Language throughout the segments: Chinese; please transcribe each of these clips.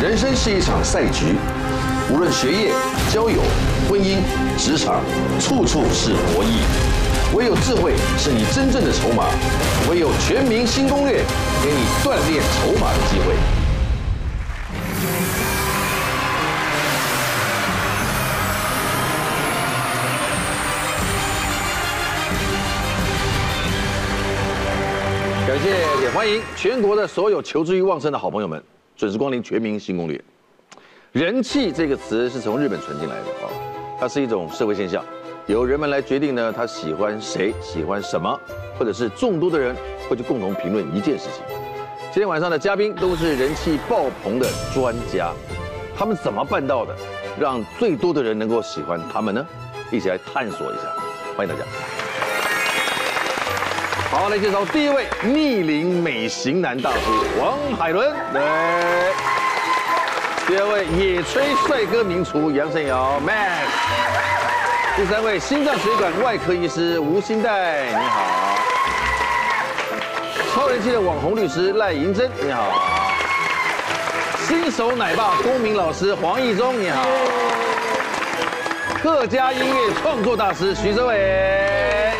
人生是一场赛局，无论学业、交友、婚姻、职场，处处是博弈。唯有智慧是你真正的筹码，唯有全民新攻略，给你锻炼筹码的机会。感谢也欢迎全国的所有求知欲旺盛的好朋友们，准时光临全民新攻略。人气这个词是从日本传进来的啊，它是一种社会现象，由人们来决定呢，他喜欢谁，喜欢什么，或者是众多的人会去共同评论一件事情。今天晚上的嘉宾都是人气爆棚的专家，他们怎么办到的，让最多的人能够喜欢他们呢？一起来探索一下，欢迎大家。好，来介绍第一位逆龄美型男大叔王海伦，对。第二位野炊帅哥名厨杨胜尧 Max。第三位心脏血管外科医师吴欣岱，你好。超人气的网红律师赖银珍，你好。新手奶爸公民老师黄义忠，你好。客家音乐创作大师徐哲伟。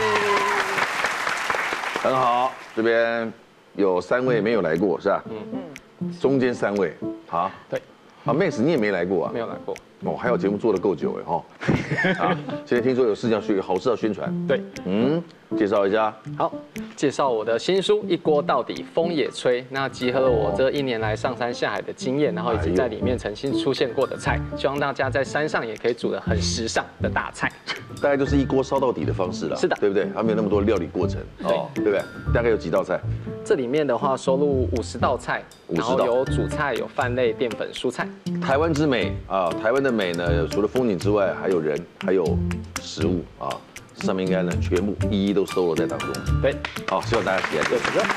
很好，这边有3位没有来过，是吧？中间3位，好。对。啊 ，Max 你也没来过啊？ 没有来过。 哦，还好节目做得够久哎哈。啊，现在听说有事情好事要宣传。 对。 介绍一下。 好，介绍我的新书《一锅到底风野炊》，那集合了我这1年来上山下海的经验，然后以及在里面曾经出现过的菜，希望大家在山上也可以煮得很时尚的大菜。 大概就是一锅烧到底的方式了。 是的， 对不对？它没有那么多料理过程。哦，对不对？大概有几道菜？ 这里面的话收录50道菜，然后有主菜、有饭类、淀粉、蔬菜。 台湾之美啊，台湾的美呢，除了风景之外，还有人，还有食物啊。上面应该呢，全部一一都收录在当中。 对， 好，希望大家喜爱。对，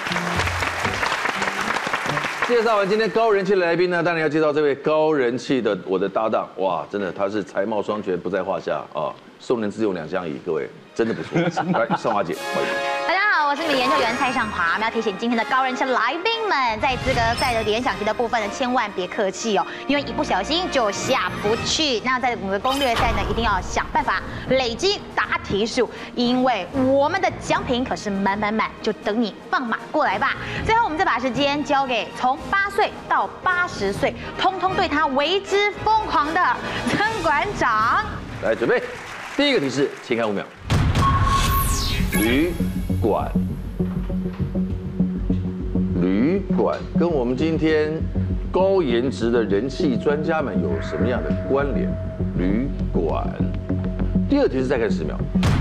介绍完今天高人气的来宾呢，当然要介绍这位高人气的我的搭档。哇，真的他是才貌双全，不在话下啊，送人自有2相宜，各位真的不错。来，尚华姐，欢迎。 大家好，我是你们研究员蔡尚华。我们要提醒今天的高人气来宾们，在资格赛的联想题的部分呢，千万别客气哦，因为一不小心就下不去。那在我们的攻略赛呢，一定要想办法累积答题数，因为我们的奖品可是满满满，就等你放马过来吧。最后，我们再把时间交给从8岁到80岁，通通对他为之疯狂的曾馆长。 来，准备，第一个提示，请看5秒。旅馆，旅馆跟我们今天高颜值的人气专家们有什么样的关联？旅馆。第二题是再看10秒。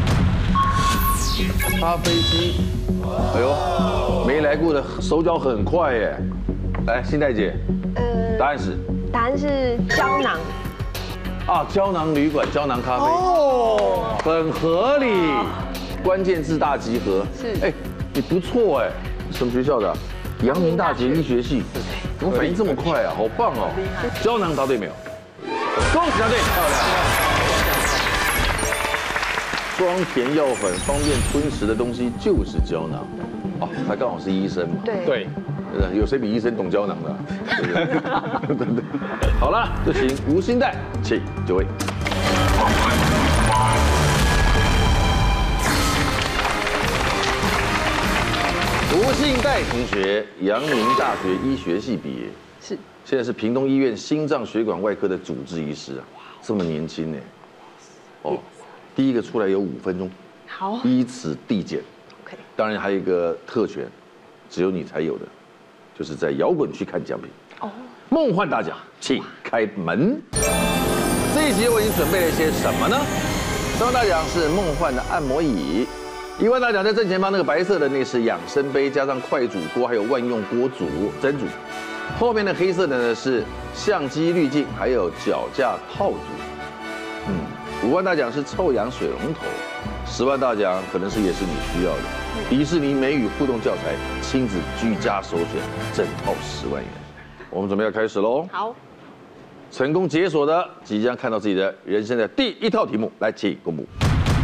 搭飞机，哎呦，没来过的手脚很快耶。来，欣岱姐，答案是胶囊。 啊，胶囊旅馆，胶囊咖啡，哦，很合理。关键字大集合，是，哎，你不错哎，什么学校的？阳明大学医学系，怎么反应这么快啊？好棒哦！胶囊答对没有？恭喜答对，漂亮。装填药粉方便吞食的东西就是胶囊，哦，他刚好是医生嘛。 对。 有谁比医生懂胶囊的？对不对？好了，就请吴欣岱，请就位。吴欣岱同学，阳明大学医学系毕业，是，现在是屏东医院心脏血管外科的主治医师啊，这么年轻呢？哦，第一个出来有5分钟，好，依此递减。OK， 当然还有一个特权，只有你才有的，就是在摇滚区看奖品。哦，梦幻大奖，请开门。这一集我已经准备了一些什么呢？3万大奖是梦幻的按摩椅。1万大奖在正前方那个白色的，那是养生杯，加上快煮锅，还有万用锅蒸煮。后面的黑色的呢是相机滤镜，还有脚架套组。5万大奖是臭氧水龙头，10万大奖可能也是你需要的迪士尼美语互动教材，亲子居家首选，整套10万元。我们准备要开始喽。好，成功解锁的即将看到自己的人生的第1套题目，来，请公布。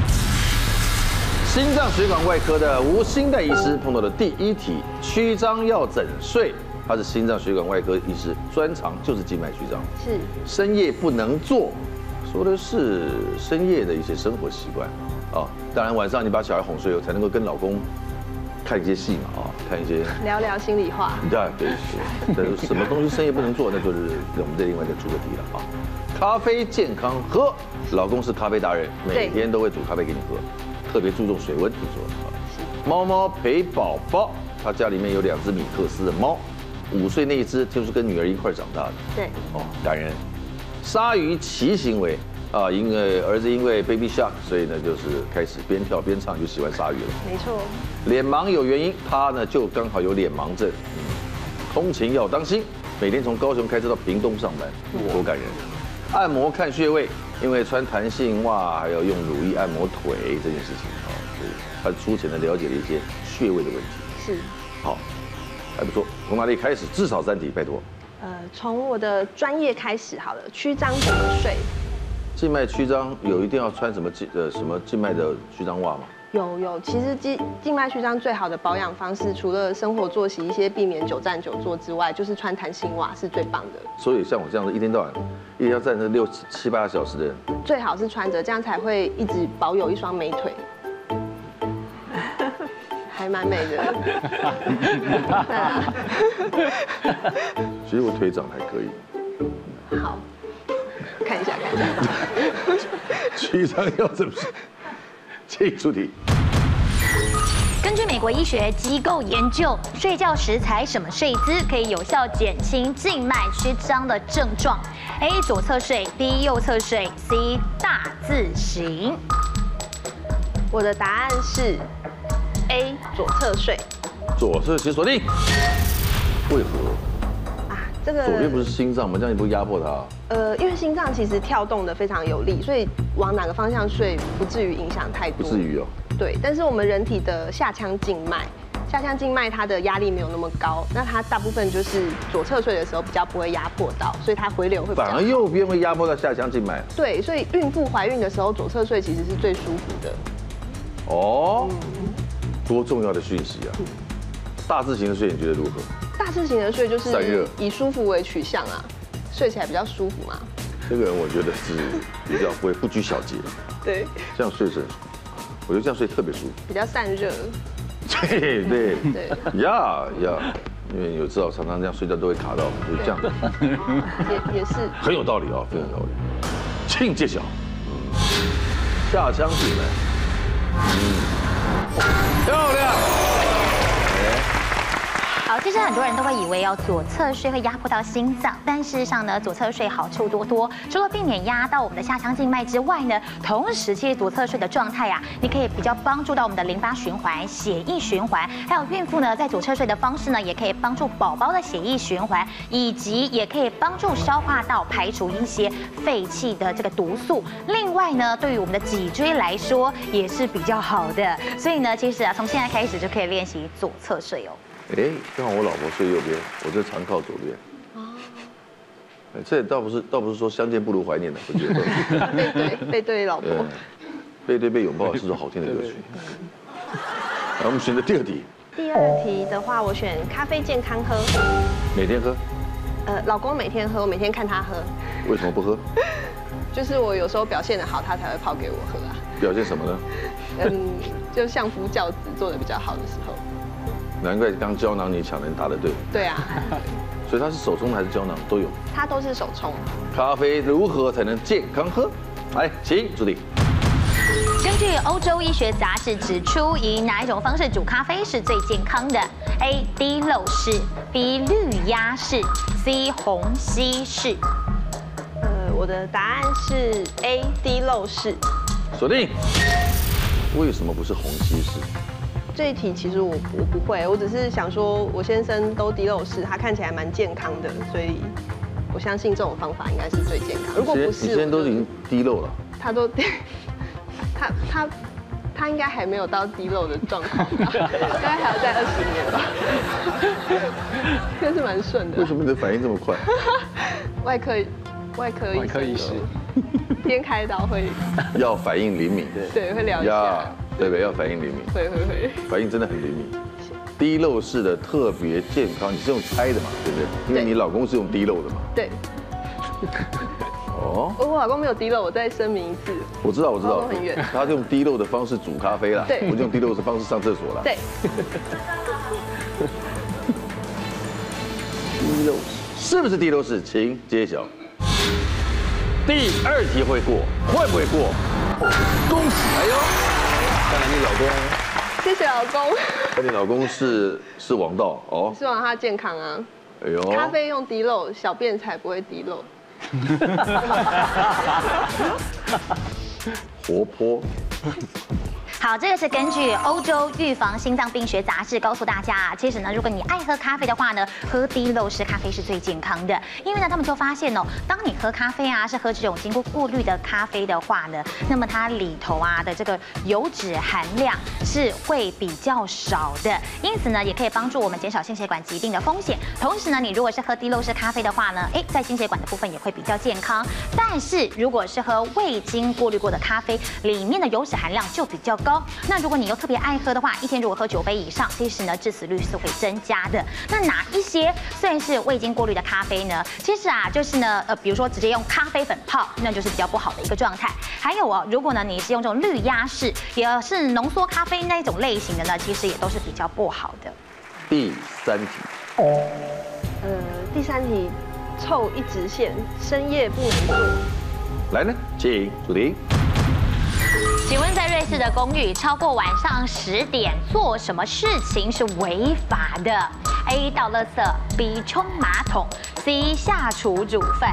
心脏血管外科的吴欣岱医师碰到的第1题：曲张要怎睡？ 他是心脏血管外科医师，专长就是静脉曲张。 是。 深夜不能做，说的是深夜的一些生活习惯啊。当然晚上你把小孩哄睡后，才能够跟老公看一些戏嘛啊，看一些聊聊心里话。 对，但是什么东西深夜不能做，那就是我们再另外再出个题了啊。咖啡健康喝，老公是咖啡达人，每天都会煮咖啡给你喝，特别注重水温，听说啊。猫猫陪宝宝，他家里面有2只米克斯的猫，5岁那一只就是跟女儿一块长大的。 对， 哦，感人。鲨鱼鳍行为啊，因为儿子因为 Baby Shark， 所以呢就是开始边跳边唱，就喜欢鲨鱼了。 没错。 脸盲有原因，他呢就刚好有脸盲症，通勤要当心，每天从高雄开车到屏东上班，多感人。按摩看穴位，因为穿弹性袜还要用乳液按摩腿这件事情啊，所以他粗浅的了解了一些穴位的问题。 是。 好，还不错。从哪里开始？至少3题，拜托。 从我的专业开始好了。曲张怎么睡？ 静脉曲张有一定要穿什么静脉的曲张袜吗？ 有，其实静脉曲张最好的保养方式，除了生活作息一些避免久站久坐之外，就是穿弹性袜是最棒的。 所以像我这样子一天到晚一天要站着6、7、8个小时的人， 最好是穿着，这样才会一直保有一双美腿。还蛮美的。 其实我腿长得还可以。 好，看一下。 曲张要怎么？请出题。 根据美国医学机构研究，睡觉时采什么睡姿可以有效减轻静脉曲张的症状 ？A. 左侧睡 ，B. 右侧睡 ，C. 大字型。 我的答案是 A. 左侧睡。 左侧请锁定。为何？ 这个左边不是心脏吗？这样你不会压迫它？ 因为心脏其实跳动的非常有力，所以往哪个方向睡不至于影响太多。 不至于哦。 对，但是我们人体的下腔静脉它的压力没有那么高，那它大部分就是左侧睡的时候比较不会压迫到，所以它回流会比较好。 反而右边会压迫到下腔静脉。 对，所以孕妇怀孕的时候左侧睡其实是最舒服的。 哦，多重要的讯息啊！大字型的睡你觉得如何？ 大字型的睡就是散热， 以舒服为取向啊，睡起来比较舒服嘛。 这个人我觉得是比较不拘小节。 对， 这样睡是，我觉得这样睡特别舒服， 比较散热。 对，呀，因为有时候常常这样睡觉都会卡到，就是这样。 也是很有道理啊，非常有道理。请揭晓。下腔静脉。漂亮。 好，其实很多人都会以为左侧睡会压迫到心脏，但事实上呢，左侧睡好处多多。除了避免压到我们的下腔静脉之外呢，同时其实左侧睡的状态啊，你可以比较帮助到我们的淋巴循环、血液循环，还有孕妇呢在左侧睡的方式呢，也可以帮助宝宝的血液循环，以及也可以帮助消化道排除一些废气的这个毒素。另外呢，对于我们的脊椎来说也是比较好的。所以呢，其实啊，从现在开始就可以练习左侧睡哦。 哎，刚好我老婆睡右边，我就常靠左边。哦，这倒不是说相见不如怀念的，我觉得。 背对老婆。 背对背拥抱是首好听的歌曲。来，我们选择第2题。 第2题的话，我选咖啡健康喝。 每天喝？ 老公每天喝，我每天看他喝。 为什么不喝？ 就是我有时候表现得好，他才会泡给我喝啊。 表现什么呢？ 就相夫教子做得比较好的时候。 难怪刚胶囊你抢人答得对。 对啊。 所以它是手冲还是胶囊都有？ 它都是手冲。 咖啡如何才能健康喝？来，请助理。 根据欧洲医学杂志指出，以哪一种方式煮咖啡是最健康的 ？A. 滴漏式 ，B. 滤压式 ，C. 虹吸式。 我的答案是 A. 滴漏式。 锁定。为什么不是虹吸式？ 这一题其实我不会，我只是想说，我先生都滴漏式，他看起来蛮健康的，所以我相信这种方法应该是最健康。如果不是， 你现在都已经滴漏了。 他都，他应该还没有到滴漏的状况吧？应该还要再20年吧？应该是蛮顺的。 为什么你的反应这么快？ 外科医师边开刀会要反应灵敏， 对，会聊一下。 对不对？要反应灵敏， 会， 反应真的很灵敏。 低漏式的特别健康，你是用猜的嘛，对不对？因为你老公是用低漏的嘛。 对。哦。我老公没有低漏，我再声明一次。 我知道。 很远。 他用低漏的方式煮咖啡啦， 对。 我用低漏的方式上厕所啦。 对。 低漏是不是低漏式？请揭晓。第2题会过，会不会过？恭喜！哎呦，看来你老公。 谢谢老公。 那你老公是王道哦。 希望他健康啊。哎呦。咖啡用低漏，小便才不会低漏。 活泼。 好，这个是根据欧洲预防心脏病学杂志告诉大家，其实呢，如果你爱喝咖啡的话呢，喝低漏式咖啡是最健康的。因为呢，他们就发现哦，当你喝咖啡啊，是喝这种经过过滤的咖啡的话呢，那么它里头啊的这个油脂含量是会比较少的，因此呢，也可以帮助我们减少心血管疾病的风险。同时呢，你如果是喝低漏式咖啡的话呢，在心血管的部分也会比较健康。但是如果是喝未经过滤过的咖啡，里面的油脂含量就比较高。那如果你又特别爱喝的话，一天如果喝9杯以上，其实呢致死率是会增加的。那哪一些算是未经过滤的咖啡呢？其实啊，就是呢，比如说直接用咖啡粉泡，那就是比较不好的一个状态。还有哦，如果呢你是用这种滤压式，也是浓缩咖啡那一种类型的呢，其实也都是比较不好的。 第3题。 第3题，臭一直线，深夜不能做。 来呢，请主题。 请问在瑞士的公寓，超过晚上10点做什么事情是违法的 ？A. 倒垃圾 ，B. 冲马桶 ，C. 下厨煮饭。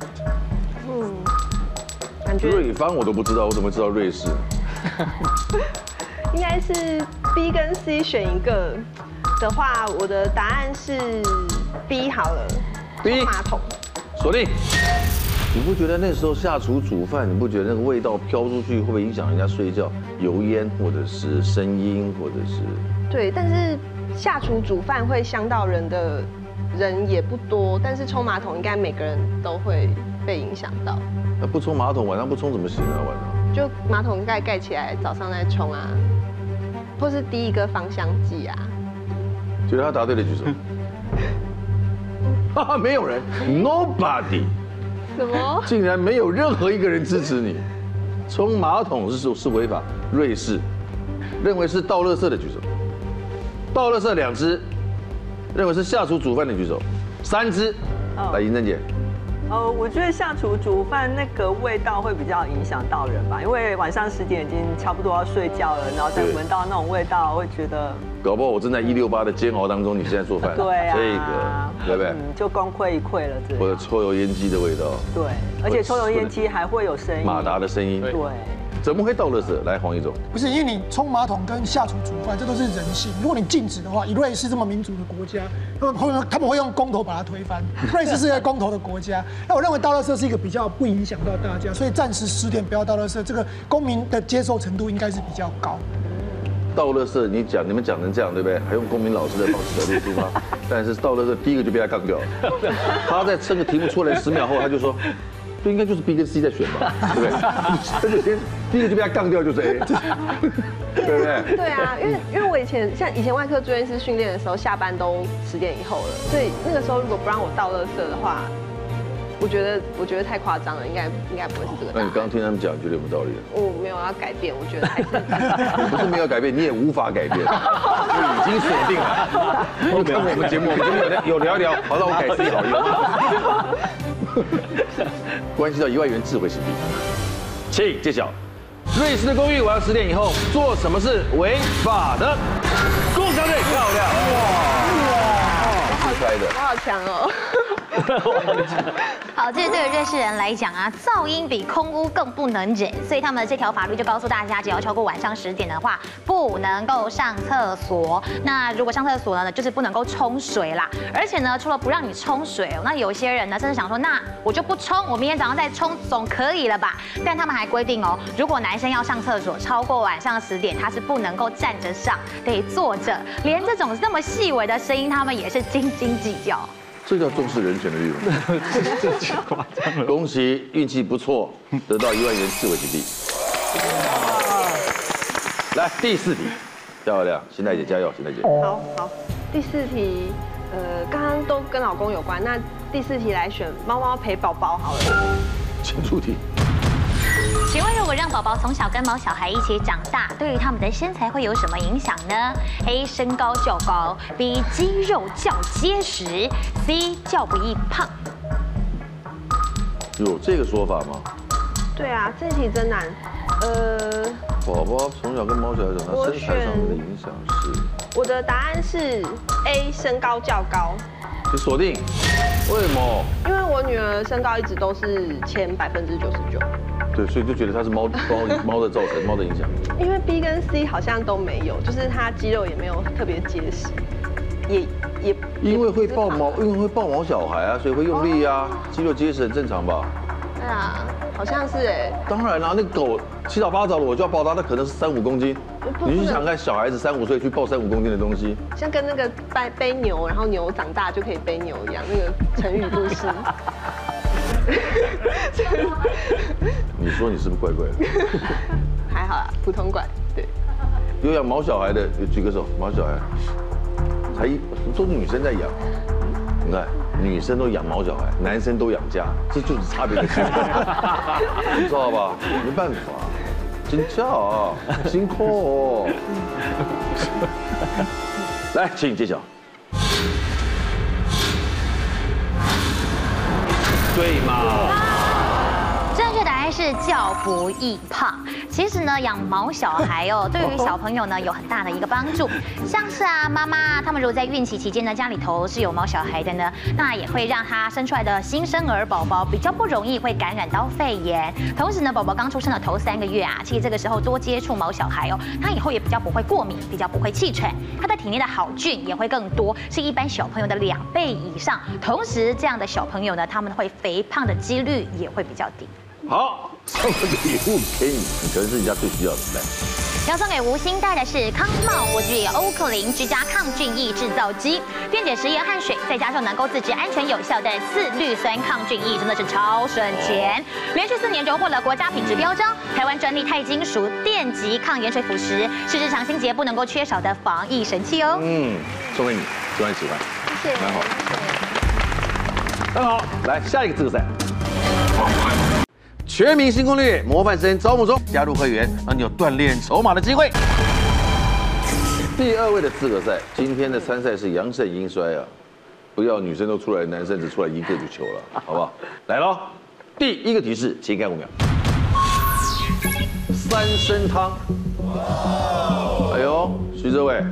感觉瑞芳我都不知道，我怎么知道瑞士？ 应该是 B 跟 C 选一个的话，我的答案是 B 好了。B 马桶。 锁定。你不觉得那时候下厨煮饭，你不觉得那个味道飘出去会不会影响人家睡觉？油烟或者是声音，或者是…… 对，但是下厨煮饭会伤到人的人也不多，但是冲马桶应该每个人都会被影响到。 那不冲马桶，晚上不冲怎么行啊？晚上就马桶盖盖起来，早上再冲啊，或是滴一个芳香剂啊。 觉得他答对的举手。哈哈，没有人 ，Nobody。 什么？ 竟然没有任何一个人支持你，冲马桶是违法。瑞士认为是倒垃圾的举手，倒垃圾2只，认为是下厨煮饭的举手3只。来，银珍姐。 我觉得下厨煮饭那个味道会比较影响到人吧，因为晚上10点已经差不多要睡觉了，然后再闻到那种味道，会觉得。搞不好我正在168的煎熬当中，你现在做饭。 对啊。 这个对不对？ 就功亏一篑了，这。 或者抽油烟机的味道。 对，而且抽油烟机还会有声音。 马达的声音。 对。 怎么会倒垃圾？来，黄一总。 不是，因为你冲马桶跟下厨煮饭，这都是人性。如果你禁止的话，以瑞士这么民主的国家，他们会用公投把它推翻。瑞士是一个公投的国家，那我认为倒垃圾是一个比较不影响到大家，所以暂时10点不要倒垃圾，这个公民的接受程度应该是比较高。 倒垃圾，你们讲成这样，对不对？还用公民老师的方式角度出发，但是倒垃圾第一个就被他杠掉了。他在这个题目出来10秒后，他就说。这应该就是 B 跟 C 在选吧，对不对？他就先第一个就被他杠掉，就是 A， 对不对？ 对啊，因为我以前外科住院师训练的时候，下班都10点以后了，所以那个时候如果不让我倒垃圾的话，我觉得太夸张了，应该不会是这个。 那你刚刚听他们讲，觉得有没有道理？ 我没有要改变，我觉得还是不是没有改变，你也无法改变，已经锁定了。你看过我们节目，我们节目有聊一聊，好，那我改 C 好了。关系到1万元智慧新币，请揭晓。瑞士的公寓晚上10点以后做什么是违法的？共享队漂亮，哇，出来的， 我好强哦。 好，这对瑞士人来讲啊，噪音比空污更不能忍，所以他们的这条法律就告诉大家，只要超过晚上10点的话，不能够上厕所。那如果上厕所呢，就是不能够冲水啦。而且呢，除了不让你冲水，那有些人呢，甚至想说，那我就不冲，我明天早上再冲总可以了吧？但他们还规定哦，如果男生要上厕所超过晚上10点，他是不能够站着上，得坐着。连这种这么细微的声音，他们也是斤斤计较。 这叫重视人权的运动，这太夸张了。恭喜，运气不错，得到1万元智慧金币。来，第4题， 漂亮，新代姐加油，新代姐。 好，第4题，刚刚都跟老公有关，那第4题来选猫猫陪宝宝好了。 请出题。 请问，如果让宝宝从小跟毛小孩一起长大，对于他们的身材会有什么影响呢 ？A. 身高较高 ，B. 肌肉较结实 ，C. 较不易胖。 有这个说法吗？ 对啊，这题真难。 宝宝从小跟毛小孩长大，身材上面的影响是？ 我的答案是 A. 身高较高。 你锁定？为什么？ 因为我女儿身高一直都是前99%。 对，所以就觉得它是猫的造成，猫的影响。 因为 B 跟 C 好像都没有，就是它肌肉也没有特别结实，也因为会抱毛小孩啊，所以会用力啊，肌肉结实很正常吧？ 对啊，好像是哎。 当然啦，那狗七早八早的我就要抱它，它可能是3、5公斤。你去想看小孩子3、5岁去抱3、5公斤的东西， 像跟那个背牛，然后牛长大就可以背牛一样，那个成语故事。 你说你是不是怪怪的？ 还好啦，普通怪。对。 有养毛小孩的，有举个手。毛小孩，都是女生在养。你看，女生都养毛小孩，男生都养家，这就是差别的地方，你知道吧？没办法，真巧啊，辛苦哦。来，请揭晓。对嘛？ 正确答案是较不易胖。其实呢，养毛小孩哦，对于小朋友呢有很大的一个帮助。像是啊，妈妈他们如果在孕期期间呢，家里头是有毛小孩的呢，那也会让他生出来的新生儿宝宝比较不容易会感染到肺炎。同时呢，宝宝刚出生的头3个月啊，其实这个时候多接触毛小孩哦，他以后也比较不会过敏，比较不会气喘，他的体内的好菌也会更多，是一般小朋友的2倍以上。同时，这样的小朋友呢，他们会肥胖的几率也会比较低。 好，送个礼物给你，你可能是人家最需要的。来， 要送给吴欣带的是康茂国际欧克林居家抗菌液制造机，电解食盐和水，再加上能够自制安全有效的次氯酸抗菌液，真的是超省钱。连续4年荣获了国家品质标章，台湾专利钛金属电极抗盐水腐蚀，是日常清洁不能够缺少的防疫神器哦。 送给你，希望你喜欢。 谢谢。 蛮好。很好，来下一个资格赛。全民新攻略模范生招募中，加入会员让你有锻炼筹码的机会。第2位的资格赛，今天的参赛是阳盛阴衰啊，不要女生都出来，男生只出来1个就求了，好不好？来喽，第1个提示，请看5秒。3升汤。哎呦，徐哲伟。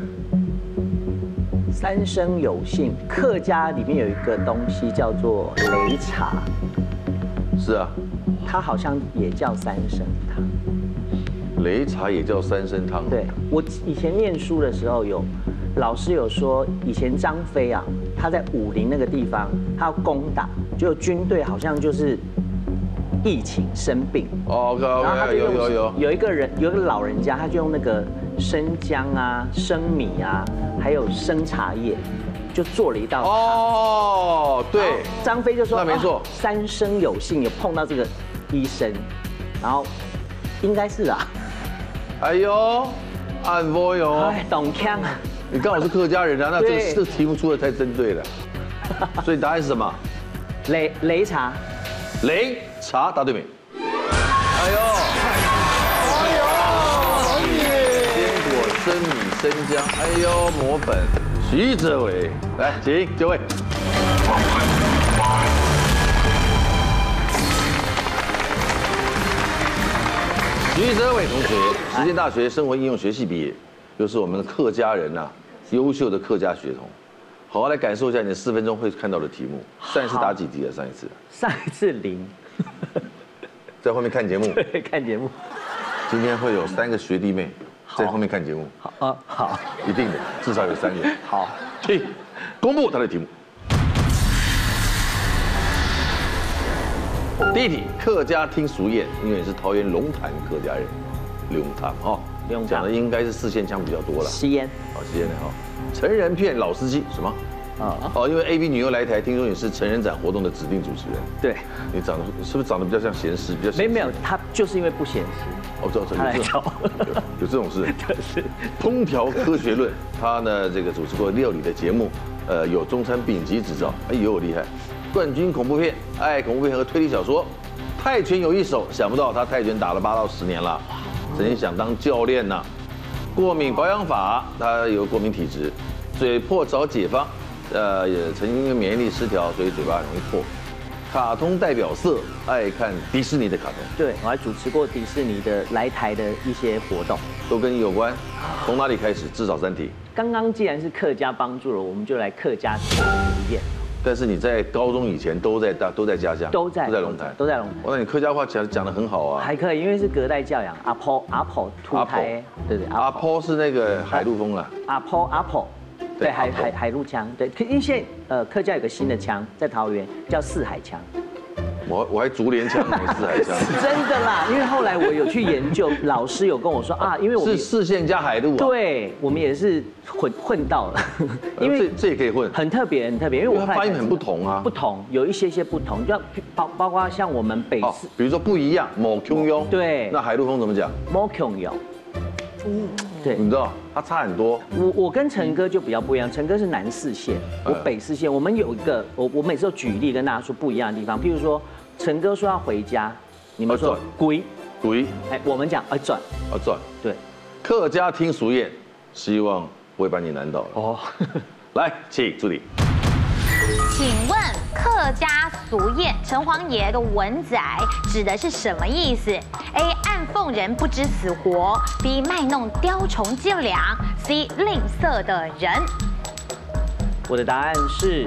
三生有幸，客家里面有一个东西叫做擂茶。 是啊。 它好像也叫3升汤， 擂茶也叫3升汤。 对，我以前念书的时候老师有说，以前张飞啊，他在武陵那个地方，他要攻打，就军队好像就是疫情生病。 哦， 然后他就有一个老人家，他就用那个生姜啊、生米啊，还有生茶叶。就做了一道茶哦，对， 张飞就说那没错 ，3生有幸有碰到这个医生，然后应该是啊， 哎呦，按波哟， 哎，懂腔啊， 你刚好是客家人啊，那这个题目出的太针对了，所以答案是什么？ 擂茶， 擂茶答对没？哎呦，坚果、生米、生姜，哎呦，磨粉。徐哲伟，来，请就位。徐哲伟同学，实践大学生活应用学系毕业，又是我们的客家人呐，优秀的客家血统。好好来感受一下你的4分钟会看到的题目。上一次答几题了？上一次？ 上一次0。 在后面看节目。 对，看节目。 今天会有3个学弟妹。在后面看节目， 好好， 一定的，至少有3个。 好， 请公布他的题目。第1题，客家听俗谚，因为你是桃园龙潭客家人，龙潭哦，讲的应该是4线腔比较多了。 吸烟， 好，吸烟的哈。成人片老司机什么？ 哦，因为 AV 女优来台，听说你是成人展活动的指定主持人。 对， 你是不是长得比较像咸湿？比较没有，他就是因为不咸湿。 我知道， 他来找， 有这种事。 是烹调科学论，他呢这个主持过料理的节目，有中餐丙级执照，哎呦厉害！冠军恐怖片，爱恐怖片和推理小说，泰拳有一手，想不到他泰拳打了8到10年了，曾经想当教练呢。过敏保养法，他有过敏体质，嘴破找解方，也曾经因为免疫力失调，所以嘴巴很容易破。卡通代表色，爱看迪士尼的卡通。 对，我还主持过迪士尼的来台的一些活动， 都跟你有关。从哪里开始？至少3题。 刚刚既然是客家帮助了，我们就来客家实验。 但是你在高中以前都在家乡， 都在龙潭， 都在龙潭。 那你客家话讲得很好啊。 还可以，因为是隔代教养。阿婆秃胎，对， 阿婆是那个海陆丰啊。 阿婆，对，海陆腔，对。因为现在客家有个新的腔，在桃园叫四海腔。 我还竹联腔，没四海腔。 真的啦，因为后来我有去研究，老师有跟我说啊，因为我们是四县加海陆啊。 对，我们也是混到了， 因为这也可以混， 很特别，因为我发音很不同啊， 不同，有一些不同，就包括像我们北市， 比如说不一样，某 Q 庸， 对， 那海陆丰怎么讲？ 某 Q 庸。对， 你知道它差很多。 我跟陈哥就比较不一样，陈哥是南四县，我北四县。我们有一个，我每次都举例跟大家说不一样的地方，譬如说陈哥说要回家，你们说归，哎，我们讲转， 转。对，客家听俗谚，希望不会把你难倒了。哦，来，请助理。 请问客家俗谚“城隍爷的文仔”指的是什么意思 ？A. 暗讽人不知死活 ；B. 卖弄雕虫伎俩 ；C. 吝啬的人。 我的答案是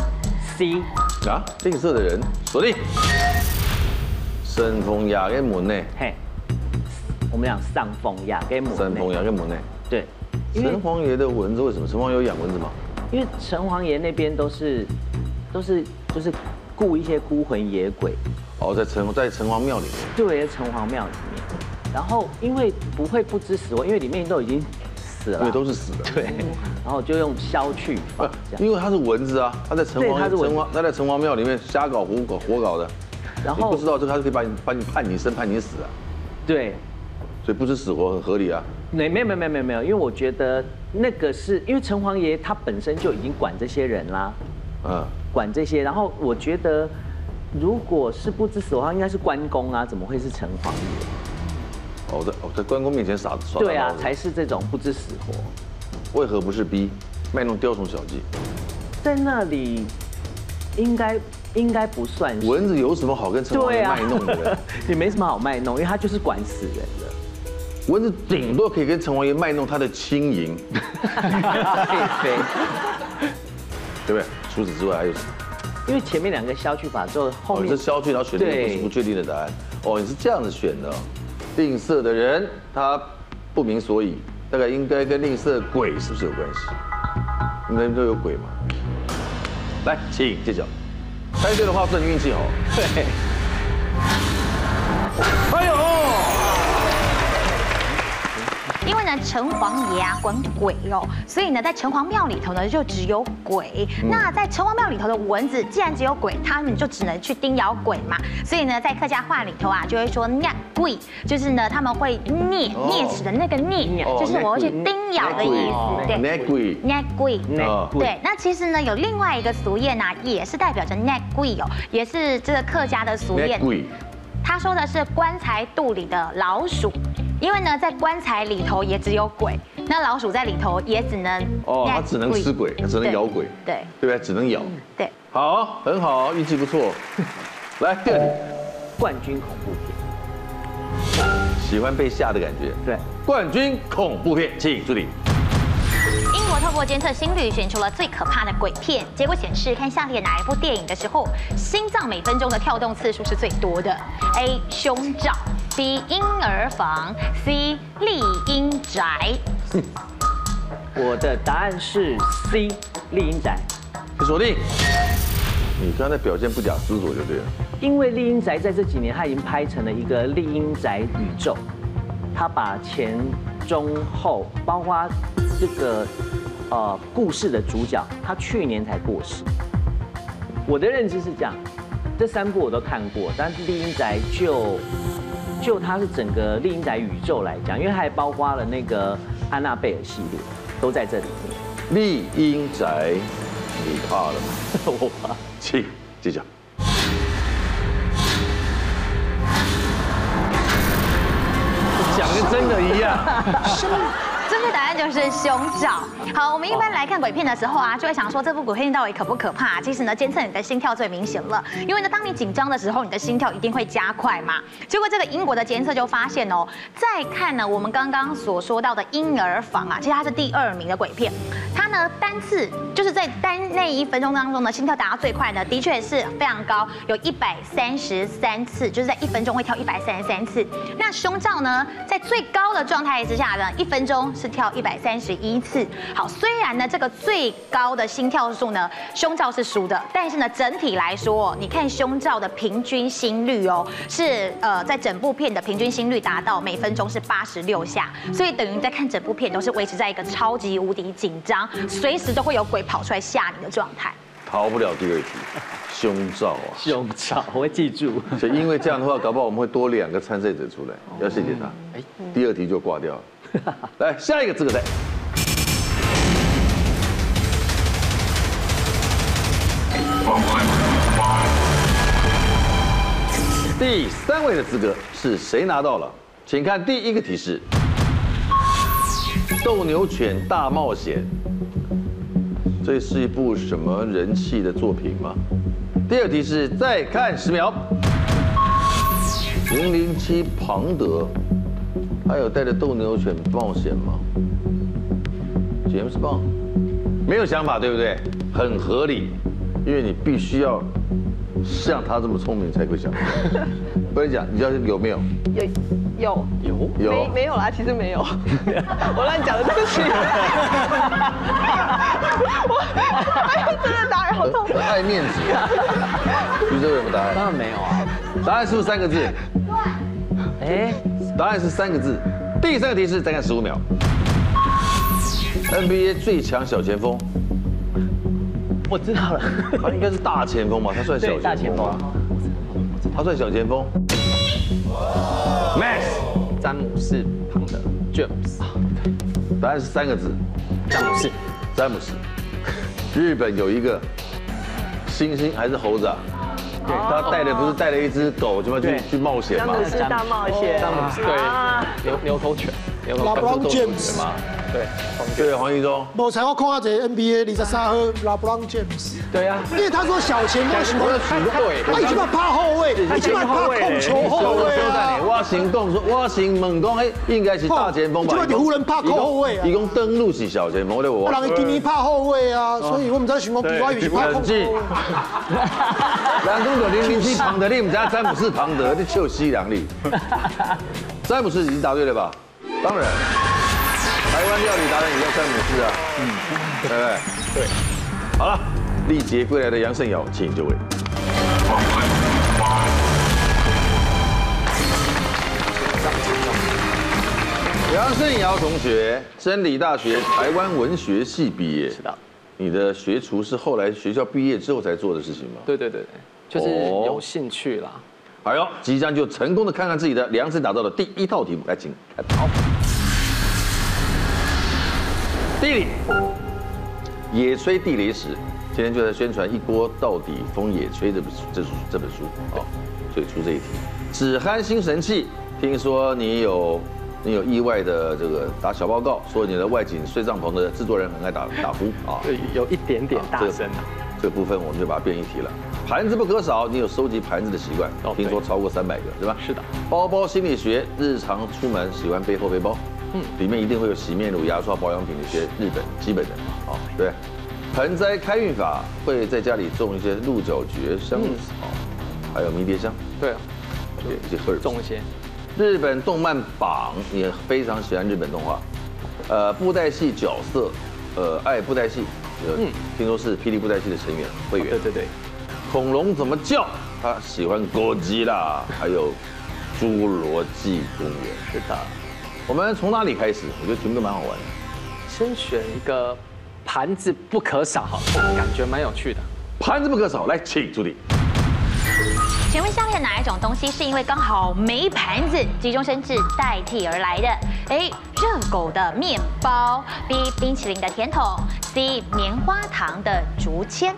C。 啊，吝啬的人，锁定。神风雅跟门呢？嘿， 我们讲上风雅跟门。 神风雅跟门呢？对。城隍爷的蚊子为什么？城隍有养蚊子吗？ 因为城隍爷那边都是就是雇一些孤魂野鬼。 哦，在城隍庙里面。对， 城隍庙里面。然后因为不会不知死活，因为里面都已经死了。 对，都是死的。 对。然后就用消去法。 因为它是蚊子啊，它在城隍庙里面瞎搞活搞的。然后你不知道这个，它可以把你判你生判你死啊。 对。 所以不知死活很合理啊。 没有，因为我觉得那个是因为城隍爷他本身就已经管这些人啦，管这些。然后我觉得，如果是不知死活的话，应该是关公啊，怎么会是城隍爷？ 在关公面前耍对啊，才是这种不知死活。 为何不是 B 卖弄雕虫小技？ 在那里应该不算是。 蚊子有什么好跟城隍爷卖弄的？ 也没什么好卖弄，因为他就是管死人的。 蚊子顶多可以跟城隍爷卖弄他的轻盈，可以飞，对不对？除此之外还有什么？ 因为前面2个消去法之后，后面是消去，然后选择不是不确定的答案。哦，你是这样子选的。吝啬的人他不明所以，大概应该跟吝啬鬼是不是有关系？你们都有鬼吗？来，请揭晓。猜对的话算你运气好。对。哎呦！ 因为呢，城隍爷啊管鬼哦，所以呢，在城隍庙里头呢就只有鬼。那在城隍庙里头的蚊子，既然只有鬼，他们就只能去叮咬鬼嘛。所以呢，在客家话里头啊，就会说“捏鬼”，就是呢他们会啮齿的那个啮，就是我会去叮咬的意思。对， 捏鬼， 捏鬼，对。那其实呢，有另外一个俗谚啊，也是代表着捏鬼哦，也是这个客家的俗谚。他说的是棺材肚里的老鼠。因为呢，在棺材里头也只有鬼，那老鼠在里头也只能它只能吃鬼，它只能咬鬼， 对不对？只能咬， 对。 好，很好，运气不错。来，第2题， 冠军恐怖片， 喜欢被吓的感觉。 对， 冠军恐怖片，请助理。 英国透过监测心率选出了最可怕的鬼片，结果显示看下列哪一部电影的时候，心脏每分钟的跳动次数是最多的 ？A. 胸罩 B. 婴儿房 C. 丽婴宅。 我的答案是 C. 丽婴宅。 锁定。你刚才表现不假思索就对了。 因为丽婴宅在这几年，它已经拍成了一个丽婴宅宇宙，它把前中后，包括这个故事的主角，他去年才过世。我的认知是这样，这3部我都看过，但是《丽英宅》就它是整个《丽英宅》宇宙来讲，因为还包括了那个安娜贝尔系列，都在这里面。 《丽英宅》，你怕了吗？ 我怕。 请揭晓。讲的真的一样。 正确答案就是胸罩。好，我们一般来看鬼片的时候啊，就会想说这部鬼片到底可不可怕？其实呢，监测你的心跳最明显了，因为呢，当你紧张的时候，你的心跳一定会加快嘛。结果这个英国的监测就发现哦，再看呢，我们刚刚所说到的婴儿房啊，其实它是第2名的鬼片，它呢单次就是在那1分钟当中呢，心跳达到最快呢，的确是非常高，有133次，就是在1分钟会跳133次。那胸罩呢，在最高的状态之下呢，1分钟是跳131次。好，虽然呢这个最高的心跳数呢，胸罩是输的，但是呢整体来说，你看胸罩的平均心率哦，是在整部片的平均心率达到每分钟是86下，所以等于在看整部片都是维持在一个超级无敌紧张，随时都会有鬼跑出来吓你的状态。 逃不了第2题，胸罩啊。 胸罩，我会记住。 所以因为这样的话，搞不好我们会多2个参赛者出来，要谢谢他。第2题就挂掉了。来，下一个资格赛。第3位的资格是谁拿到了？请看第1个提示：《斗牛犬大冒险》，这是一部什么人气的作品吗？第2题是再看10秒。007庞德，还有带着斗牛犬冒险吗 ？James Bond， 没有想法，对不对？很合理，因为你必须要像他这么聪明才会想。不能讲，你知道有没有？ 有，没有啦，其实没有，我乱讲的，对不起。我真的答案好痛， 爱面子。徐州有没有答案？ 当然没有啊。 答案是不是3个字？ 哎， 答案是3个字。第3个提示，再看15秒。NBA 最强小前锋， 我知道了， 他应该是大前锋吧？他算小前锋吗？他算小前锋。Max， 詹姆士庞德 James， 答案是3个字。詹姆士。日本有一个猩猩还是猴子啊？他带的不是带了一只狗，就要去冒险嘛？ 詹姆斯大冒险。 詹姆斯对，牛头犬 ，LeBron James 嘛？ 对，黄一中。 我才要看下这 NBA 23号 LeBron James。 对啊， 因为他说小前锋喜欢对， 他已经怕后卫，已经怕控球后卫啊。 我行动说，我行猛攻，哎，应该是大前锋吧？ 就湖人怕后卫啊。 一共登陆是小前锋的我。 让你今年怕后卫啊，所以我们在询问比外语是怕控球。 人讲到007庞德，你唔知詹姆斯庞德，你笑死人你。詹姆斯已经答对了吧？当然。台湾料理达人也叫詹姆斯啊，对不对？对。好了，历劫归来的杨胜尧，请就位。杨胜尧同学，真理大学台湾文学系毕业。 是的。 你的学厨是后来学校毕业之后才做的事情吗？ 对，就是有兴趣啦。 哎呦，即将就成功的看看自己的量身打造的第1套题目，来，请开跑。地理，野炊地理史，今天就在宣传《一锅到底风野炊》这本书哦，所以出这一题。止鼾新神器，听说你有意外的这个打小报告，说你的外景睡帐篷的制作人很爱打呼啊， 对，有一点点大声。 这个部分我们就把它变一题了。盘子不可少，你有收集盘子的习惯，听说超过300个，是吧？ 是的。 包包心理学，日常出门喜欢背后背包，里面一定会有洗面乳、牙刷、保养品的一些日本基本的，哦，对。盆栽开运法，会在家里种一些鹿角蕨、香草，还有迷迭香， 对啊， 对，一些种一些。 日本动漫榜也非常喜欢日本动画，布袋戏角色，爱布袋戏。听说是霹雳布袋戏的成员会员。 对。 恐龙怎么叫？他喜欢哥吉拉，还有侏罗纪公园。 是的。 我们从哪里开始？我觉得题目都蛮好玩的。 先选一个盘子不可少，感觉蛮有趣的。 盘子不可少，来，请助理。 请问下列哪一种东西是因为刚好没盘子，急中生智代替而来的 ？A. 热狗的面包 ，B. 冰淇淋的甜筒 ，C. 棉花糖的竹签。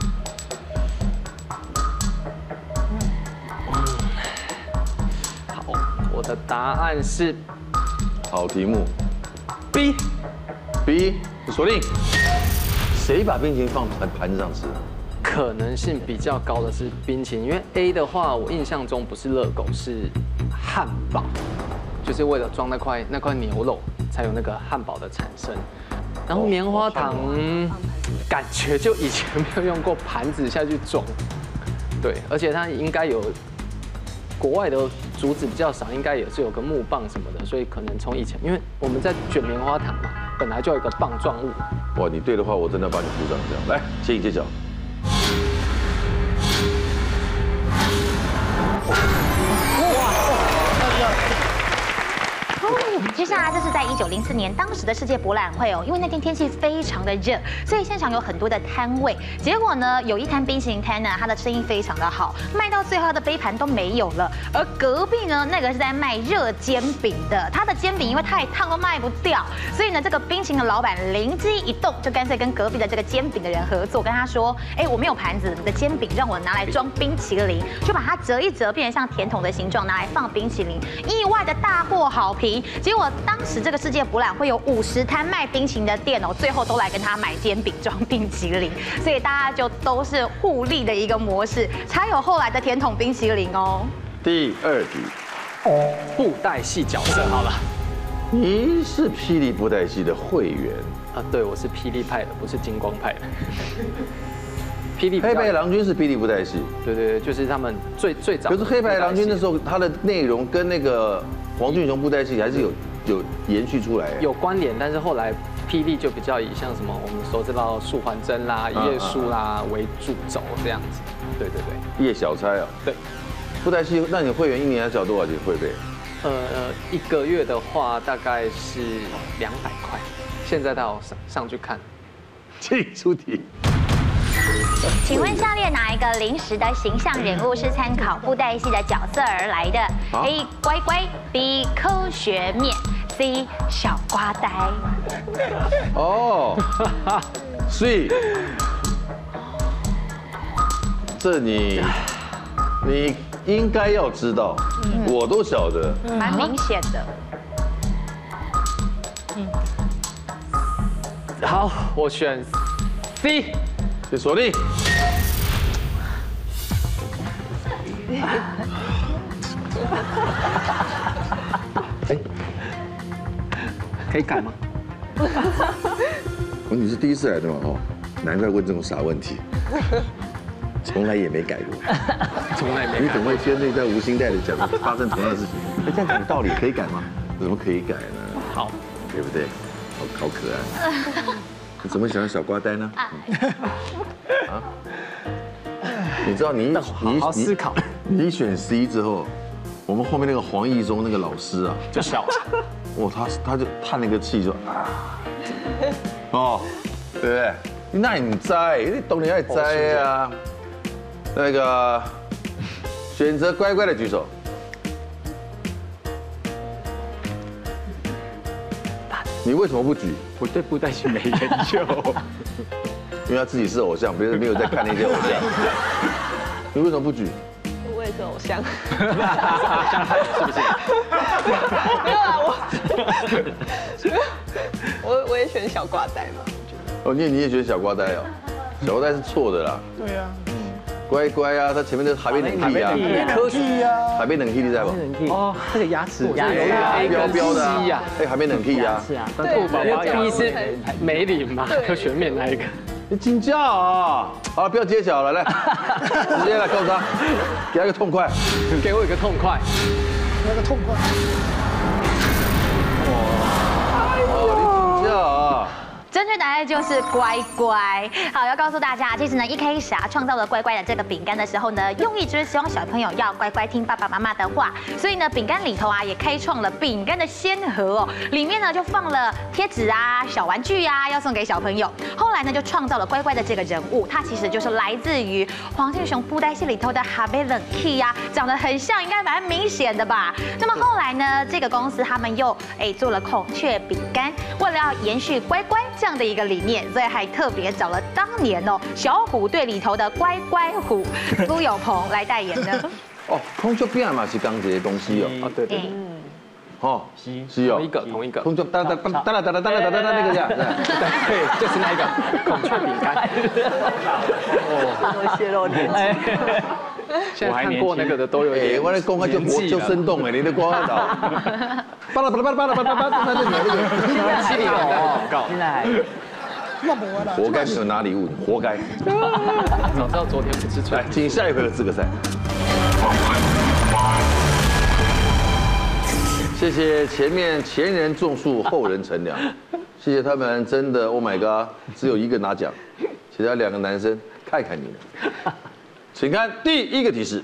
好，我的答案是好题目 B。 B 锁定。谁把冰淇淋放盘子上吃？ 可能性比较高的是冰淇淋，因为 A 的话，我印象中不是热狗，是汉堡，就是为了装那块牛肉才有那个汉堡的产生。然后棉花糖，感觉就以前没有用过盘子下去装，对，而且它应该有国外的竹子比较少，应该也是有个木棒什么的，所以可能从以前，因为我们在卷棉花糖嘛，本来就有一个棒状物。 哇，你对的话，我真的要帮你鼓掌这样。来，请你揭晓。 接下来这是在1904年当时的世界博览会哦，因为那天天气非常的热，所以现场有很多的摊位。结果呢，有一摊冰淇淋摊呢，它的生意非常的好，卖到最后它的杯盘都没有了。而隔壁呢，那个是在卖热煎饼的，它的煎饼因为太烫都卖不掉，所以呢，这个冰淇淋的老板灵机一动，就干脆跟隔壁的这个煎饼的人合作，跟他说：“哎，我没有盘子，你的煎饼让我拿来装冰淇淋，就把它折一折，变成像甜筒的形状，拿来放冰淇淋。”意外的大获好评。结果当时这个世界博览会有50摊卖冰淇淋的店哦，最后都来跟他买煎饼装冰淇淋，所以大家就都是互利的一个模式，才有后来的甜筒冰淇淋哦。 第2题， 布袋戏角色好了。 你是霹雳布袋戏的会员啊？对，我是霹雳派的，不是金光派的。霹雳黑白郎君是霹雳布袋戏， 对，就是他们最早。 可是黑白郎君那时候，它的内容跟那个黄俊雄布袋戏还是有延续出来， 有关联，但是后来霹雳就比较以像什么我们所知道素还真啦、一页书啦为主轴这样子。对， 叶小钗啊， 对， 布袋戏，那你会员1年要缴多少钱会费 ？1个月的话大概是200块，现在到上去看。 请出题。 请问下列哪一个临时的形象人物是参考布袋戏的角色而来的 ？A. 乖乖 ，B. 科学面 ，C. 小瓜呆。 哦，所以这你应该要知道，我都晓得， 蛮明显的。 好，我选 C。 请锁定。 可以改吗？ 你是第一次来的嘛？哦，难怪问这种傻问题，从来也没改过， 从来没。 你怎么会跟那在无心带的讲发生同样的事情？这样讲有道理，可以改吗？怎么可以改呢？ 好， 对不对？好可爱。你怎么想小瓜呆呢？啊？你知道你好好思考。 你选 C 之后，我们后面那个黄义中那个老师啊， 就笑了。 哇，他就叹那个气就啊，哦，对不对？那你栽，你懂你爱栽呀。那个选择乖乖的举手。你为什么不举？ 我对布袋戏没研究， 因为他自己是偶像，别人没有在看那些偶像。你为什么不举？ 我也是偶像。 是不是？ 没有啊，我也选小瓜呆嘛。 哦，你也选小瓜呆哦？小瓜呆是错的啦。 对啊。 乖乖啊，他前面的海边冷气啊， 科学啊， 海边冷气你知道不？ 哦，这个牙齿标标的啊，哎，海边冷气啊。 是啊， 兔宝宝 B 是梅林嘛，科学面那一个。 你请假啊！好了，不要揭晓了，来，直接来告诉他，给他一个痛快， 给我一个痛快， 那个痛快。 哦，你请假啊！ 这正确答案就是乖乖。好，要告诉大家，其实呢，一开始创造了乖乖的这个饼干的时候呢，用意就是希望小朋友要乖乖听爸爸妈妈的话，所以呢，饼干里头也开创了饼干的先河里面呢就放了贴纸啊、小玩具啊，要送给小朋友。后来呢，就创造了乖乖的这个人物，它其实就是来自于黄俊雄布袋戏里头的哈贝冷 key 啊，长得很像，应该蛮明显的吧？那么后来呢，这个公司他们又做了孔雀饼干，为了要延续乖乖这样的一个理念，所以还特别找了当年小虎队里头的乖乖虎苏有朋来代言的。 孔雀饼嘛是刚这些东西哦。 对。 是哦， 同一个。 孔雀哒那个这样， 对，就是那个孔雀饼干。 泄露年纪。 现在看过那个的都有点。 我的公就活就生动哎，你的光早。巴拉，那就那个。 气力广告。 现在活该没有拿礼物，活该。 早知道昨天不吃醋。 来，进下一回的资格赛。谢谢前面前人种树，后人乘凉。谢谢他们，真的 ，Oh my god， 只有一个拿奖，其他2个男生看看你们。请看第一个提示：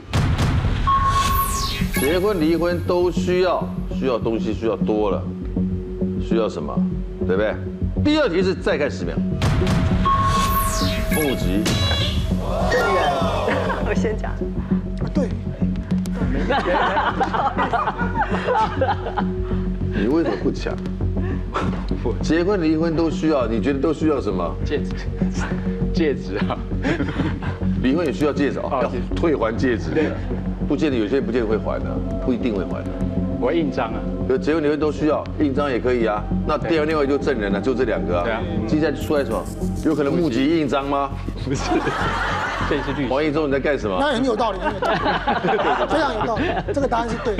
结婚离婚都需要东西需要多了，需要什么？对不对？第二题是再看10秒。募集。 我先讲。 对。 你为什么不抢？结婚离婚都需要，你觉得都需要什么？ 戒指啊。 离婚也需要戒指要退还戒指。不见得有些人不见得会还的，不一定会还的。 我印章啊。 结婚离婚都需要，印章也可以啊。那另外就证人了，就这2个啊。 对啊。 接下来出来什么？有可能募集印章吗？ 不是。这是律师。 黄义忠你在干什么？ 那很有道理，非常有道理，这个答案是对的。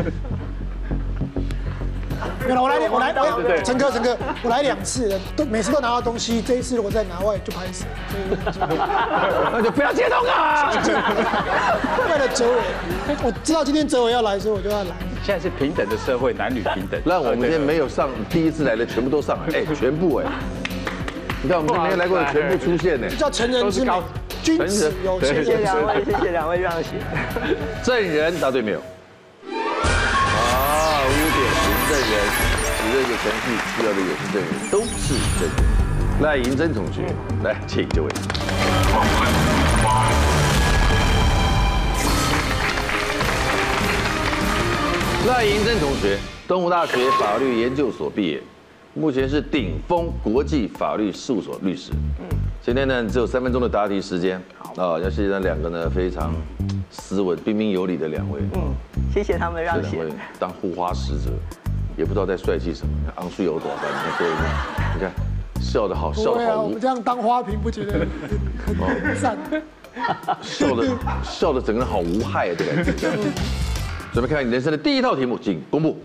没有，我来，陈哥，我来2次了，每次都拿到东西，这一次如果再拿外就拍死， 那就不要接动啊！ 为了哲伟，我知道今天哲伟要来，所以我就要来。 现在是平等的社会，男女平等。 让我们今天没有上第一次来的全部都上来，全部你看我们今天没来过的全部出现叫成人之美，君子有情。 谢谢2位让贤。 证人答对没有？5点评证人，10个程序需要的也是证人，都是证人。赖银珍同学，来，请这位。赖银珍同学，东吴大学法律研究所毕业，目前是鼎丰国际法律事务所律师。今天呢，只有3分钟的答题时间要谢谢那2个呢非常斯文、彬彬有礼的2位。 谢谢他们让贤。 当护花使者，也不知道在帅气什么。昂睡有多少？你看对面，你看笑得好，笑得好。 我们这样当花瓶不觉得很赞？ 笑得整个人好无害的感觉。准备看看你人生的第1套题目，请公布。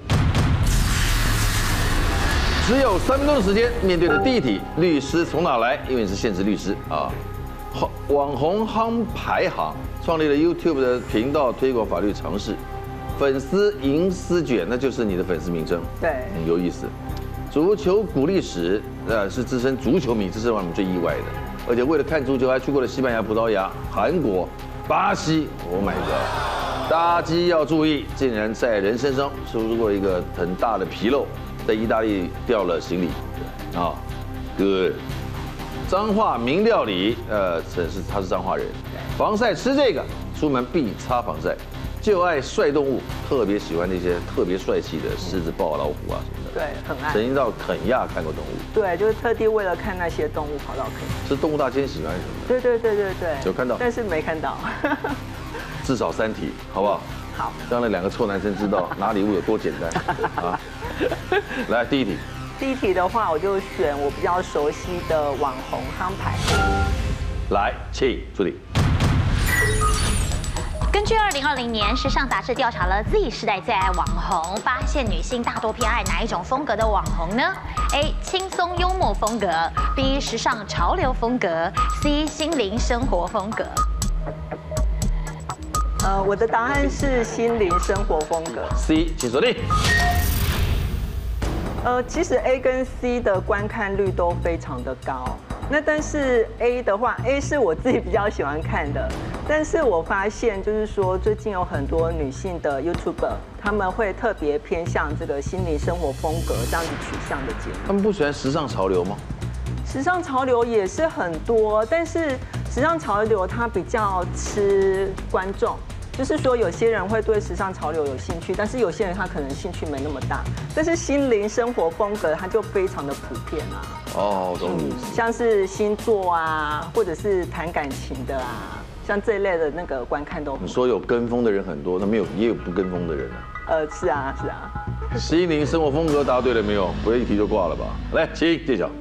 只有3分钟的时间，面对的第1题，律师从哪来？因为你是现职律师啊。网红夯排行创立了 YouTube 的频道，推广法律常识。粉丝银丝卷，那就是你的粉丝名称。 对， 有意思。足球鼓励史，是资深足球迷，这是让我们最意外的。而且为了看足球，还去过了西班牙、葡萄牙、韩国、巴西。Oh my god！ 搭机要注意，竟然在人身上出过一个很大的纰漏，在意大利掉了行李。Good。彰化名料理，他是彰化人。防晒吃这个，出门必擦防晒。就爱帅动物，特别喜欢那些特别帅气的狮子、豹、老虎啊什么的。 对，很爱。 曾经到肯亚看过动物。 对，就是特地为了看那些动物跑到肯亚。 是动物大迁徙吗？还是什么？ 对。 有看到， 但是没看到。 至少3题，好不好？ 好。 让那2个臭男生知道拿礼物有多简单啊！来，第1题。 第1题的话，我就选我比较熟悉的网红夯排。 来，请助理。 根据2020年时尚杂志调查了 Z 世代最爱网红，发现女性大多偏爱哪一种风格的网红呢 ？A. 轻松幽默风格 ，B. 时尚潮流风格 ，C. 心灵生活风格。 我的答案是心灵生活风格。 C， 请锁定。 其实 A 跟 C 的观看率都非常的高。那但是 A 的话 ，A 是我自己比较喜欢看的。但是我发现就是说，最近有很多女性的 YouTuber， 她们会特别偏向这个心灵生活风格这样子取向的节目。 他们不喜欢时尚潮流吗？ 时尚潮流也是很多，但是时尚潮流它比较吃观众。就是说，有些人会对时尚潮流有兴趣，但是有些人他可能兴趣没那么大。但是心灵生活风格，它就非常的普遍啊。 哦，懂你意思。 像是星座啊，或者是谈感情的啊，像这一类的那个观看都。 你说有跟风的人很多，那也有不跟风的人啊。 是啊。 心灵生活风格答对了没有？不会一题就挂了吧？来，请揭晓。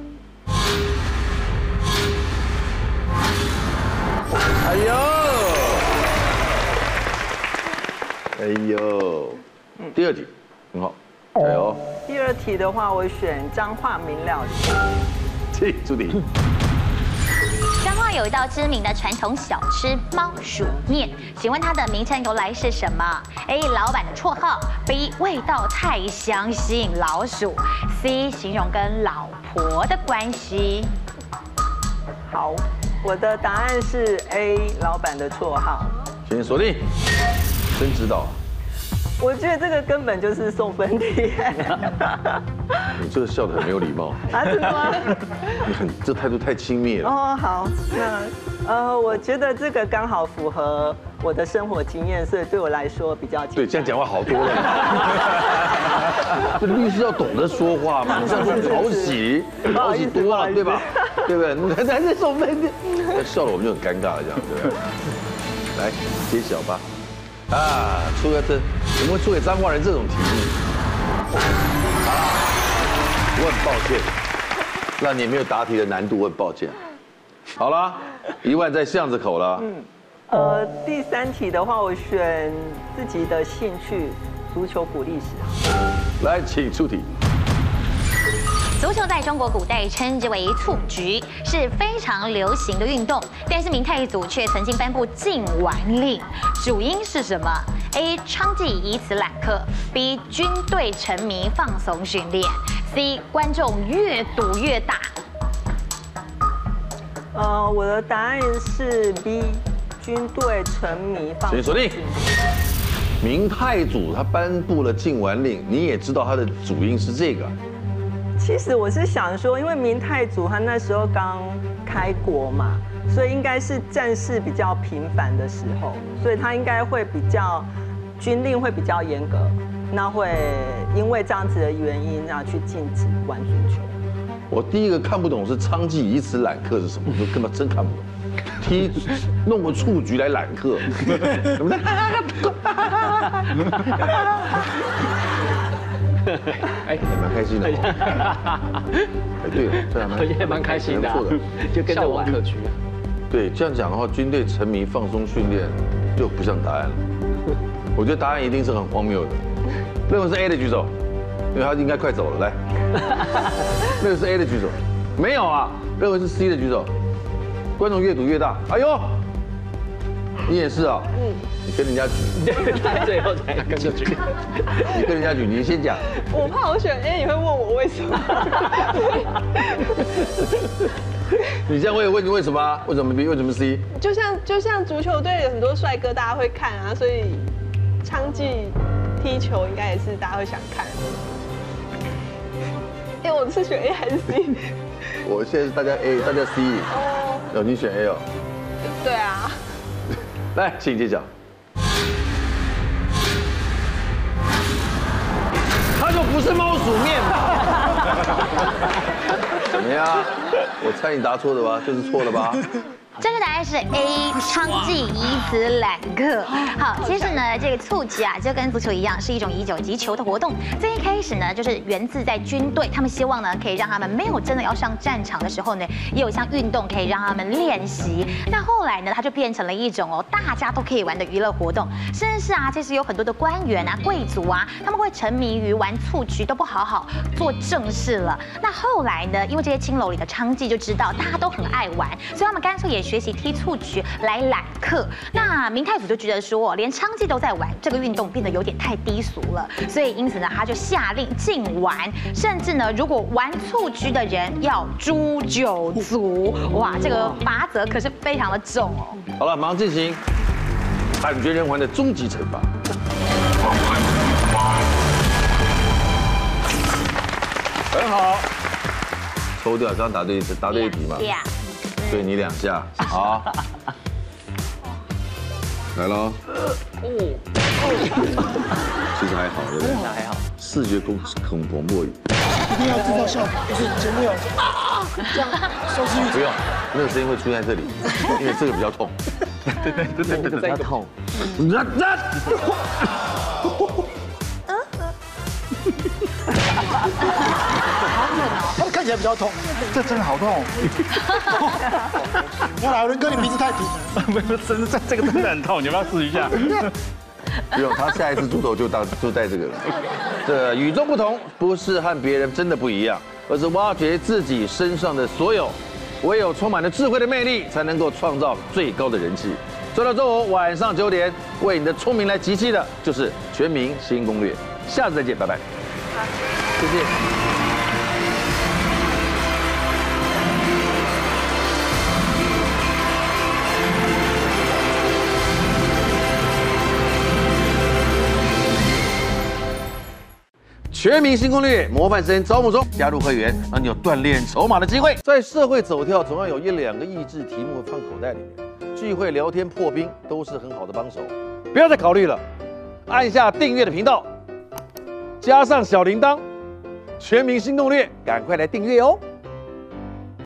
哎呦，第二题很好，加油。 第二题的话，我选彰化名料理。 请出题。 彰化有一道知名的传统小吃猫鼠面，请问它的名称由来是什么 ？A. 老板的绰号 ，B. 味道太香吸引老鼠 ，C. 形容跟老婆的关系。 好，我的答案是 A. 老板的绰号。 请锁定。真知道啊！ 我觉得这个根本就是送分题。 你这个笑得很没有礼貌啊？真的吗？ 你这态度太轻蔑了。 哦，好，那我觉得这个刚好符合我的生活经验，所以对我来说比较对，这样讲话好多了。这律师要懂得说话嘛，你这样说讨喜多了，对吧？对不对？你还在送分题，笑了我们就很尴尬了，这样对不对？来揭晓吧。出个这怎么会出给彰化人这种题目？好了，我很抱歉，让你没有答题的难度，我很抱歉。好了，1万在巷子口了。 第3题的话，我选自己的兴趣，足球古历史。 来，请出题。 足球在中国古代称之为蹴鞠，是非常流行的运动。但是明太祖却曾经颁布禁玩令，主因是什么 ？A. 娼妓以此揽客 ，B. 军队沉迷放松训练 ，C. 观众越赌越大。 我的答案是 B. 军队沉迷放松训练。 明太祖他颁布了禁玩令，你也知道他的主因是这个。 其实我是想说，因为明太祖他那时候刚开国嘛，所以应该是战事比较频繁的时候，所以他应该会比较军令会比较严格，那会因为这样子的原因，然后去禁止玩足球。 我第一个看不懂是娼妓以此揽客是什么，我根本真看不懂。弄个蹴鞠来揽客，怎么的？哎，蛮开心的。哎，对了，这样也蛮开心的，就跟着玩客局。 对，这样讲的话，军队沉迷放松训练就不像答案了。我觉得答案一定是很荒谬的。认为是 A 的举手，因为他应该快走了。来，认为是 A 的举手，没有啊？认为是 C 的举手。观众越赌越大。哎呦，你也是啊？你跟人家举， 他最后才跟着举。 你跟人家举，你先讲。 我怕我选 A，你会问我为什么？ 你这样会问你为什么？为什么 B？ 为什么 C？ 就像足球队有很多帅哥，大家会看啊，所以娼妓踢球应该也是大家会想看。哎，我是选 A 还是 C？ 我现在是大家 A， 大家 C。哦，你选 A 哦。 对啊。 来，请揭晓。他说不是猫鼠面吧？怎么样？我猜你答错的吧？就是错了吧？ 正确答案是 A， 娼妓以此揽客。好，其实呢，这个蹴鞠啊，就跟足球一样，是一种以九击球的活动。最一开始呢，就是源自在军队，他们希望呢，可以让他们没有真的要上战场的时候呢，也有一项运动可以让他们练习。那后来呢，它就变成了一种大家都可以玩的娱乐活动。甚至是啊，其实有很多的官员啊、贵族啊，他们会沉迷于玩蹴鞠，都不好好做正事了。那后来呢，因为这些青楼里的娼妓就知道大家都很爱玩，所以他们干脆也学习踢蹴鞠来揽客。那明太祖就觉得说，连娼妓都在玩，这个运动变得有点太低俗了，所以因此呢，他就下令禁玩，甚至呢，如果玩蹴鞠的人要诛9族。哇，这个罚则可是非常的重哦。 好了，马上进行惨绝人寰的终极惩罚。很好，抽掉，刚刚答对一题嘛？对你2下，好，来喽。其实还好，对不对？ 还好。 视觉恐怖， 一定要制造效果，就是节目要这样收视率。 不用，那个声音会出现在这里，因为这个比较痛。 对，比较痛。 他看起来比较痛， 这真的好痛。 我老人哥，你鼻子太挺了。 没有，真的这个真的很痛，你要不要试一下？ 不用，他下一次猪头就带这个了。这与众不同，不是和别人真的不一样，而是挖掘自己身上的所有。唯有充满了智慧的魅力，才能够创造最高的人气。周六周五晚上9点，为你的聪明来集气的，就是《全民新攻略》。下次再见，拜拜。 好， 谢谢。全民新攻略模范生招募中，加入会员让你有锻炼筹码的机会。在社会走跳，总要有1、2个益智题目放口袋里面，聚会聊天破冰都是很好的帮手。不要再考虑了，按下订阅的频道，加上小铃铛，全民新攻略，赶快来订阅哦。